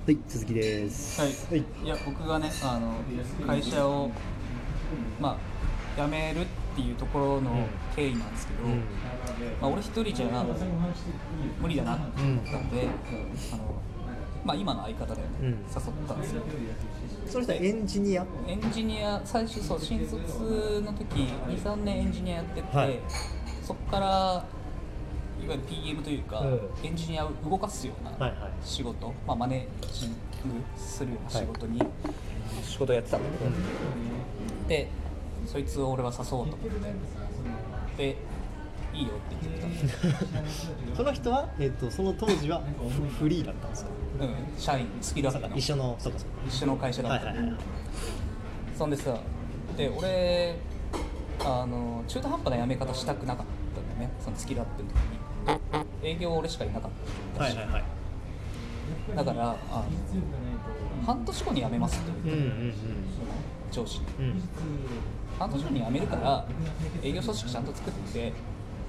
はい、鈴木です。 はい、いや僕がね会社を辞めるっていうところの経緯なんですけど、俺一人じゃ無理だなって思ったんで、今の相方で、誘ったんですよ。 その人はエンジニア？ エンジニア最初そう新卒の時 2,3 年エンジニアやってて、 はい、 そこからいわゆる PM というか、エンジニアを動かすような仕事、マネージングするような仕事に、仕事をやってたんだけど、でそいつを俺は誘おうと思ってでいいよって言ってくれたんでその人は、その当時はフリーだったんですか？ 社員スキルアップの一緒の会社だったんで、そんでさで俺中途半端な辞め方したくなかったんだよね。そのスキルアップの時に営業俺しかいなかったし、だから半年後に辞めますって言って、上司に、半年後に辞めるから営業組織ちゃんと作ってで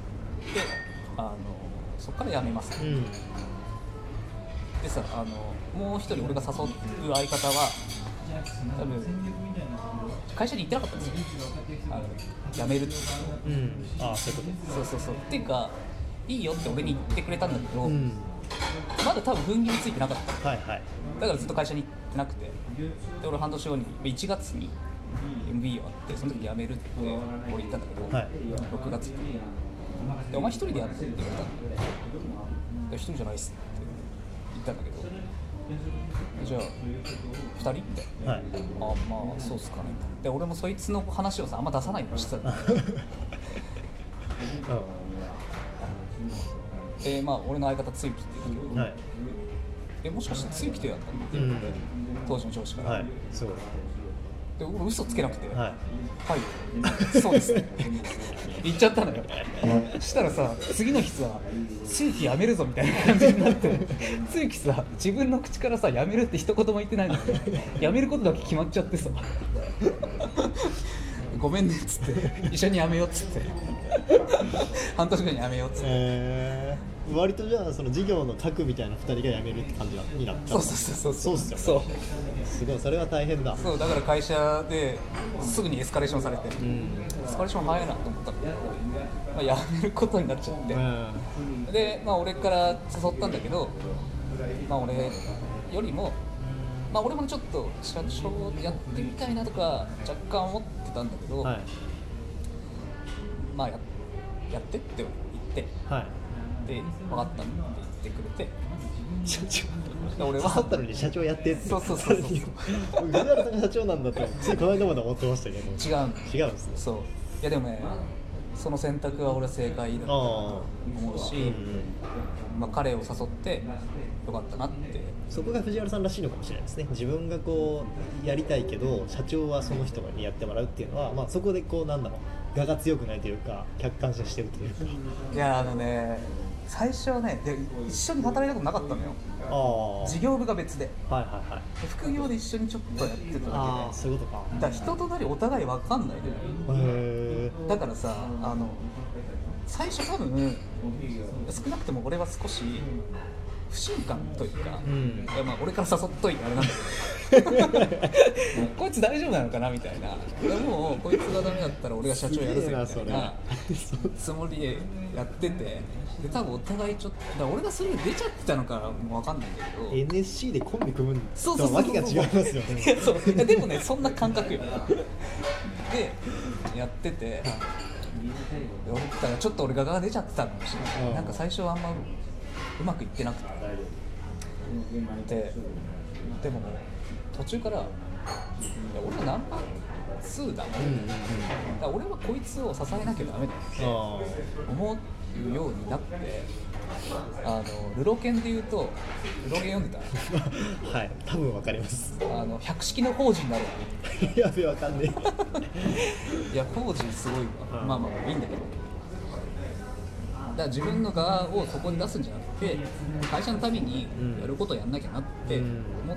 そっから辞めます、でさもう一人俺が誘う相方は多分会社に行ってなかったんですよ、辞めるって、 そういうこと。 そうっていうかいいよって俺に言ってくれたんだけど、まだ多分踏ん切りついてなかった、だからずっと会社に行ってなくて、で俺半年後に1月に MB があってその時辞めるって俺言ったんだけど、6月にでお前一人でやるって言われたんで、一人じゃないっすって言ったんだけど、じゃあ2人みたいな、そうっすかね。で俺もそいつの話をさあんま出さないようにしてたんだで俺の相方つゆきって言うんだけど、もしかしてつゆきとやったのって言って、当時の上司から、で俺嘘つけなくて、そうですねって言っちゃったのよ。したらさ次の日さつゆき辞めるぞみたいな感じになってつゆきさ自分の口からさ辞めるって一言も言ってないのに辞めることだけ決まっちゃってさごめんねっつって一緒に辞めようっつって半年後に辞めようっつって、 割とじゃあその事業の核みたいな2人が辞めるって感じになった。そうっすよね。すごい、それは大変だ。 そうだから会社ですぐにエスカレーションされて、エスカレーション早いなと思ったんだけど、辞めることになっちゃって、で俺から誘ったんだけど、俺よりも俺もちょっと社長やってみたいなとか若干思ってたんだけど、やってって言って、で分かったって言ってくれて、 社長俺は誘ったのに社長やってって。 そう藤原さんが社長なんだとついこの間まで思ってましたけど、違うんですね。 そういやでもね、その選択は俺は正解だと思うし、彼を誘ってよかったなって。 そこが藤原さんらしいのかもしれないですね。自分がこうやりたいけど社長はその人にやってもらうっていうのは、そこでこう我が強くないというか客観視してるというか。 いや最初はね一緒に働いたことなかったのよ。事業部が別で、副業で一緒にちょっとやってただけで、 そういうことか。 だから人となりお互い分かんないで、だからさ最初多分少なくとも俺は少し不信感というか、俺から誘っといてあれなんだけどこいつ大丈夫なのかなみたいな、もうこいつがダメだったら俺が社長やるぜみたいなつもりでやってて、で多分お互いちょっと俺がそれが出ちゃってたのかも分かんないんだけど、 NSC でコンビ組むのとわけが違いますよね。 でもねそんな感覚よでやってて、思ったらちょっと俺が出ちゃってたのかもしれない、なんか最初はあんまうまくいってなくて、でも途中から俺はナンバー2だもん、だから俺はこいつを支えなきゃダメだって思うようになって、ルロケンで言うとルロケン読んでた多分わかります。 百式の法人になるやべわかんねいや法人すごいわ、いいんだけど、だから自分の側をそこに出すんじゃなくて会社のためにやることをやんなきゃなって思って、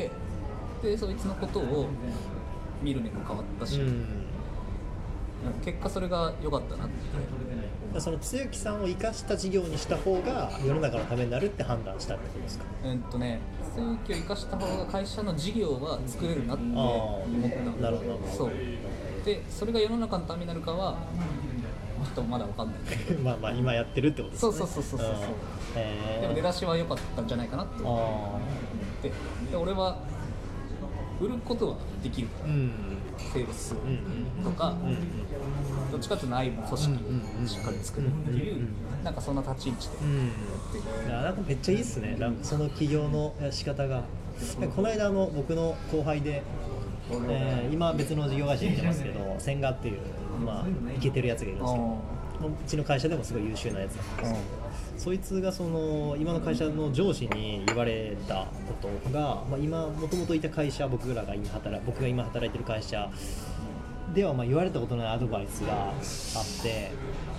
でそいつのことを見る目も変わったし、結果それが良かったなってその露木さんを生かした事業にした方が世の中のためになるって判断したってことですか？ 露木を生かした方が会社の事業は作れるなって思った。 なるほど。 そうで、それが世の中のためになるかはちょっとまだ分かんないまあまあ今やってるってことですね。 そうでも出だしは良かったんじゃないかなって思って、で俺は売ることはできるから、セールスとか、どっちかというと内部の組織をしっかり作るっていう、なんかそんな立ち位置でやってなんかめっちゃいいっすね、なんかその起業の仕方が。この間僕の後輩で、今別の事業会社にいてますけど、千賀っていう、まあ、イケてるやつがいるんですけど、うちの会社でもすごい優秀なやつなんですけど、そいつがその今の会社の上司に言われたことが、まあ、今もともといた会社、僕が今働いてる会社ではまあ言われたことないアドバイスがあって、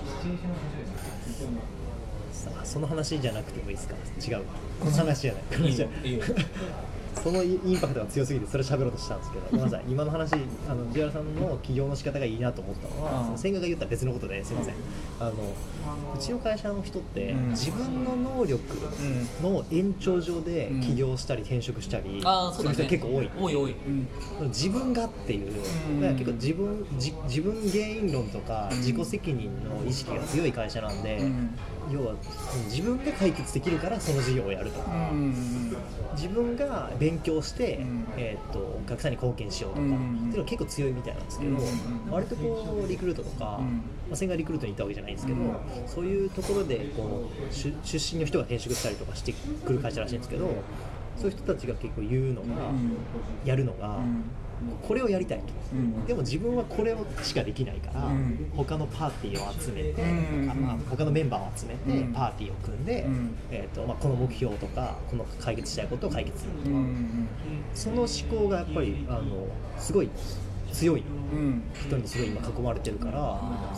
その話じゃなくてもいいですか？違う、この話じゃない。いいよそのインパクトが強すぎてそれ喋ろうとしたんですけど、ごめんなさい。今の話、藤原さんの起業の仕方がいいなと思ったのは、千賀が言ったら別のことですいません。うちの会社の人って自分の能力の延長上で起業したり転職したりする人結構多い、自分がっていう、結構自分原因論とか自己責任の意識が強い会社なんで、要は自分が解決できるからその事業をやるとか、自分が勉強して、お客さんに貢献しようとか、っていうのが結構強いみたいなんですけど、割とこうリクルートとか、千賀リクルートに行ったわけじゃないんですけど、そういうところでこう出身の人が転職したりとかしてくる会社らしいんですけど、そういう人たちが結構言うのが、やるのが、これをやりたいと、でも自分はこれをしかできないから、他のパーティーを集めて、他のメンバーを集めてパーティーを組んで、この目標とかこの解決したいことを解決するとか、その思考がやっぱりすごい強い人にすごい今囲まれてるから、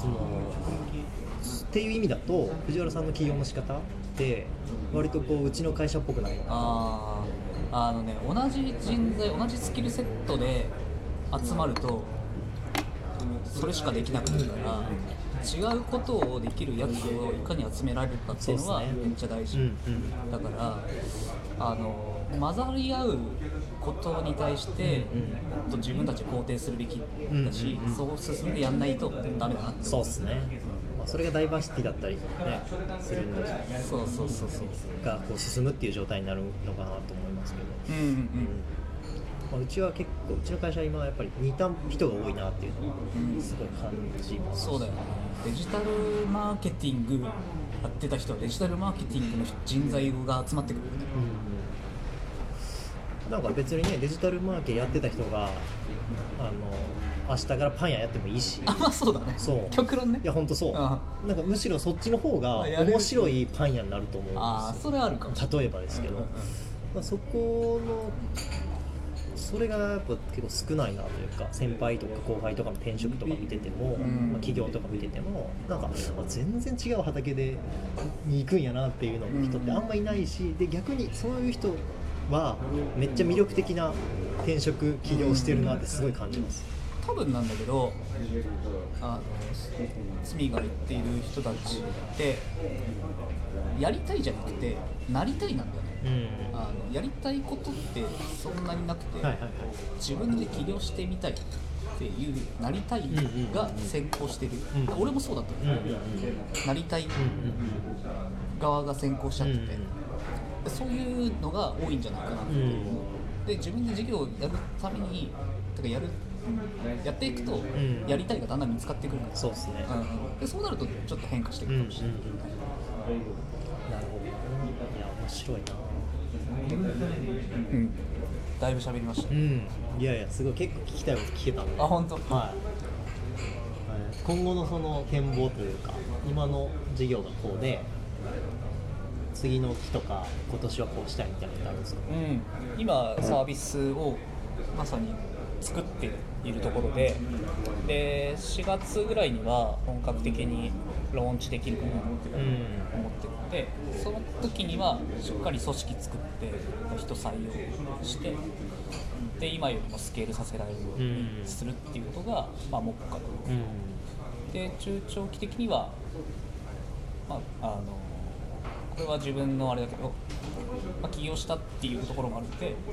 っていう意味だと藤原さんの起業の仕方って割とこううちの会社っぽくないのかな。 同じ人材、同じスキルセットで集まるとそれしかできなくなるから、違うことをできるやつをいかに集められるかっていうのはめっちゃ大事、だから混ざり合うことに対してもっと自分たちを肯定するべきだし、そう進んでやんないとダメだなって。 そうですね、それがダイバーシティだったり、ね、するんだし、 そうがこう進むっていう状態になるのかなと思いますけど、うちは結構、うちの会社は今やっぱり似た人が多いなっていうのはすごい感じます。 そうだよね。デジタルマーケティングやってた人はデジタルマーケティングの人材が集まってくるよね。 なんか別にね、デジタルマーケやってた人が明日からパン屋やってもいいし。 そうだね。そう。極論ね。 いや本当そう。なんかむしろそっちの方が面白いパン屋になると思うんですよ。 それあるかも。 例えばですけど、そこのそれがやっぱ結構少ないなというか、先輩とか後輩とかの転職とか見てても、企業とか見てても、なんか全然違う畑に行くんやなっていうの人ってあんまいないし、で逆にそういう人はめっちゃ魅力的な転職起業してるなってすごい感じます。 多分なんだけど、スミが言っている人たちってやりたいじゃなくてなりたいなんだよね。やりたいことってそんなになくて、自分で起業してみたいっていうなりたいが先行してる、俺もそうだったんだけど、なりたい側が先行しちゃってて、そういうのが多いんじゃないかなっていう。で自分で事業をやるためにやっていくと、やりたいがだんだん見つかってくるから、 そうですね。 でそうなるとちょっと変化していくかもしれない。 なるほど。いや面白いな。 だいぶ喋りました。 いやすごい結構聞きたいこと聞けたんで。 本当。 はい。今後のその展望というか、今の事業がこうで、次の期とか今年はこうしたいみたいなのってあるんですか？ 今サービスをまさに作っているところで、4月ぐらいには本格的にローンチできるかなと思ってるので、その時にはしっかり組織作って人採用して、で今よりもスケールさせられるようにするっていうことが、目下で、中長期的にはこれは自分のあれだけど、起業したっていうところもあるので、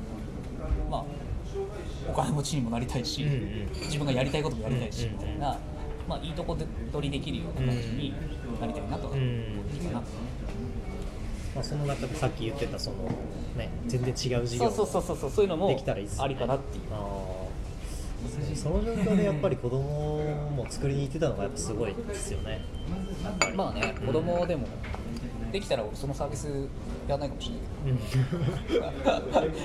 お金持ちにもなりたいし、自分がやりたいこともやりたいしみたいな、いいとこ取りできるような感じになりたいなと思ってかな。 その中でさっき言ってたその、ね、全然違う事業そういうのもできたらいいっすね。 ありかなっていう。 その状況でやっぱり子供も作りに行ってたのがやっぱすごいですよね。 子供でもできたらそのサービスやらないかもしれないけど、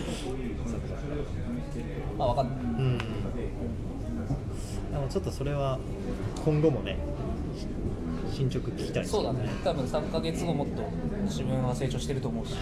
分かんない、 でもちょっとそれは今後もね進捗聞きたいですね。 そうだね、多分3ヶ月後もっと自分は成長してると思うしいい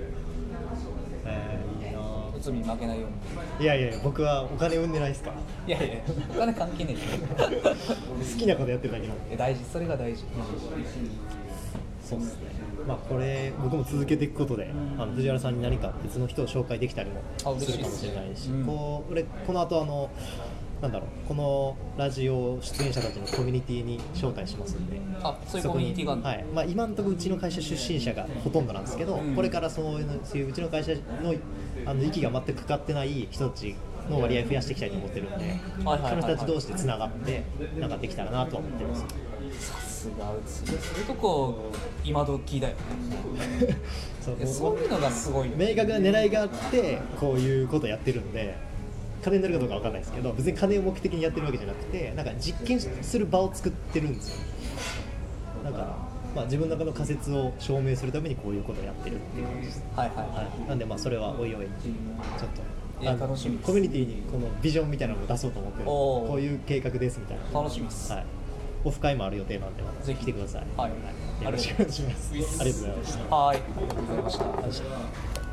なぁ、内海に負けないように。 いや僕はお金生んでないですから。 いやお金関係ねえ好きなことやってるだけなんで。 大事、それが大事。 そうですね。これ僕も続けていくことで、藤原さんに何か別の人を紹介できたりもするかもしれないし、俺この後このラジオ出演者たちのコミュニティに招待しますんで、 そういうコミュニティがあるの？ 今のところうちの会社出身者がほとんどなんですけど、これからそういううちの会社の息が全くかかってない人たちの割合増やしていきたいと思ってるんで、その人たち同士でつながってなんかできたらなとは思ってます。 さすがそういうとこ今時だよねそういうのがすごい、 明確な狙いがあってこういうことやってるんで、金になるかどうかわかんないですけど、別に金を目的にやってるわけじゃなくて、なんか実験する場を作ってるんですよ。だから自分の中の仮説を証明するためにこういうことをやってるっていう感じです。なんでそれはおいおいちょっと楽しみです。 コミュニティにこのビジョンみたいなのを出そうと思ってる。こういう計画ですみたいな。 楽しみです。 オフ会もある予定なんでぜひ来てください。よろしくお願いします。ありがとうございました。 ありがとうございました。